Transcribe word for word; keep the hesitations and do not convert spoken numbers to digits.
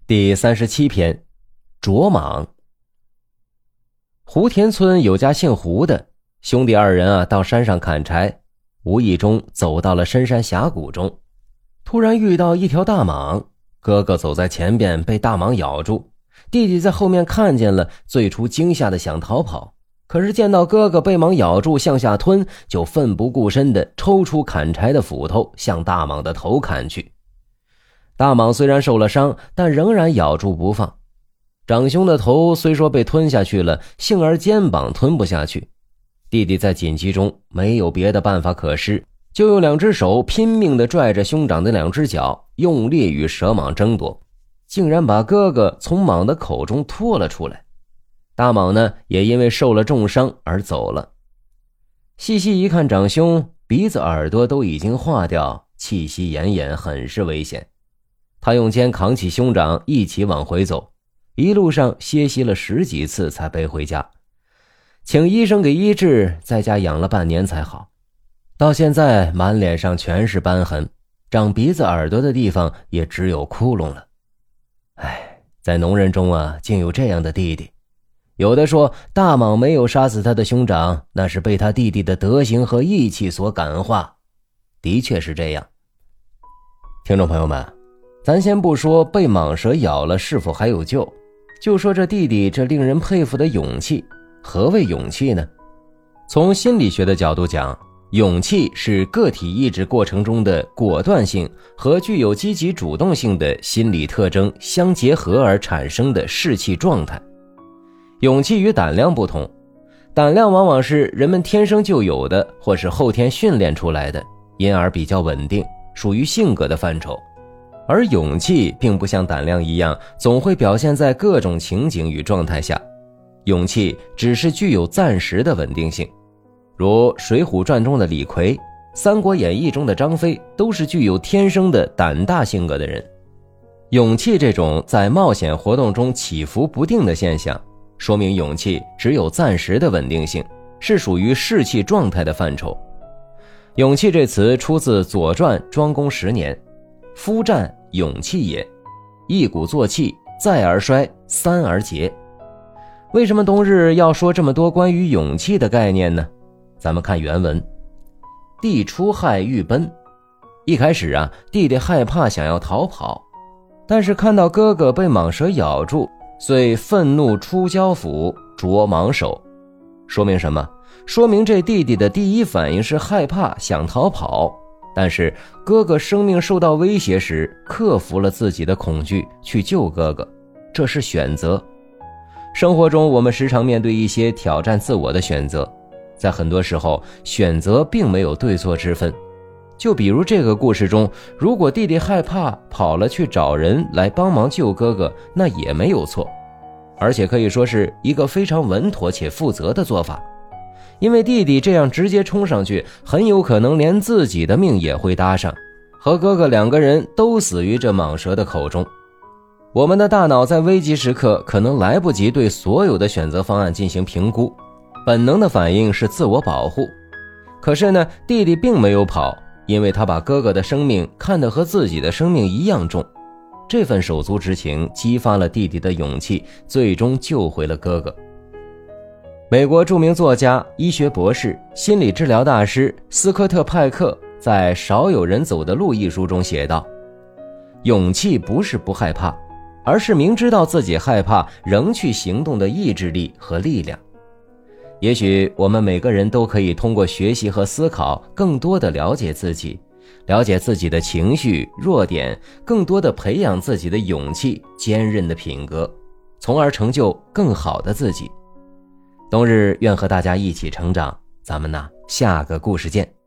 第三十七篇，卓莽。胡田村有家姓胡的兄弟二人啊，到山上砍柴，无意中走到了深山峡谷中，突然遇到一条大蟒，哥哥走在前边被大蟒咬住，弟弟在后面看见了，最初惊吓的想逃跑，可是见到哥哥被蟒咬住向下吞，就奋不顾身地抽出砍柴的斧头向大蟒的头砍去。大蟒虽然受了伤，但仍然咬住不放。长兄的头虽说被吞下去了，幸而肩膀吞不下去。弟弟在紧急中没有别的办法可施，就用两只手拼命地拽着兄长的两只脚，用力与蛇蟒争夺，竟然把哥哥从蟒的口中拖了出来。大蟒呢，也因为受了重伤而走了。细细一看，长兄鼻子耳朵都已经化掉，气息奄奄，很是危险。他用肩扛起兄长一起往回走，一路上歇息了十几次才背回家，请医生给医治，在家养了半年才好。到现在满脸上全是斑痕，长鼻子耳朵的地方也只有窟窿了。唉，在农人中啊，竟有这样的弟弟。有的说大蟒没有杀死他的兄长，那是被他弟弟的德行和义气所感化，的确是这样。听众朋友们，咱先不说被蟒蛇咬了是否还有救，就说这弟弟这令人佩服的勇气。何谓勇气呢？从心理学的角度讲，勇气是个体意志过程中的果断性和具有积极主动性的心理特征相结合而产生的士气状态。勇气与胆量不同，胆量往往是人们天生就有的，或是后天训练出来的，因而比较稳定，属于性格的范畴。而勇气并不像胆量一样，总会表现在各种情景与状态下。勇气只是具有暂时的稳定性，如《水浒传》中的李逵，《三国演义》中的张飞，都是具有天生的胆大性格的人。勇气这种在冒险活动中起伏不定的现象，说明勇气只有暂时的稳定性，是属于士气状态的范畴。勇气这词出自《左传》庄公十年，夫战，勇气也，一鼓作气，再而衰，三而竭。为什么冬日要说这么多关于勇气的概念呢？咱们看原文。弟出害欲奔，一开始啊，弟弟害怕想要逃跑，但是看到哥哥被蟒蛇咬住，遂愤怒出交斧，啄蟒首。说明什么？说明这弟弟的第一反应是害怕，想逃跑，但是哥哥生命受到威胁时，克服了自己的恐惧，去救哥哥，这是选择。生活中我们时常面对一些挑战自我的选择，在很多时候选择并没有对错之分。就比如这个故事中，如果弟弟害怕跑了去找人来帮忙救哥哥，那也没有错，而且可以说是一个非常稳妥且负责的做法。因为弟弟这样直接冲上去，很有可能连自己的命也会搭上，和哥哥两个人都死于这蟒蛇的口中。我们的大脑在危急时刻可能来不及对所有的选择方案进行评估，本能的反应是自我保护。可是呢，弟弟并没有跑，因为他把哥哥的生命看得和自己的生命一样重。这份手足之情激发了弟弟的勇气，最终救回了哥哥。美国著名作家、医学博士、心理治疗大师斯科特·派克在《少有人走的路》一书中写道，勇气不是不害怕，而是明知道自己害怕仍去行动的意志力和力量。也许我们每个人都可以通过学习和思考，更多的了解自己，了解自己的情绪、弱点，更多的培养自己的勇气、坚韧的品格，从而成就更好的自己。冬日愿和大家一起成长，咱们呢，下个故事见。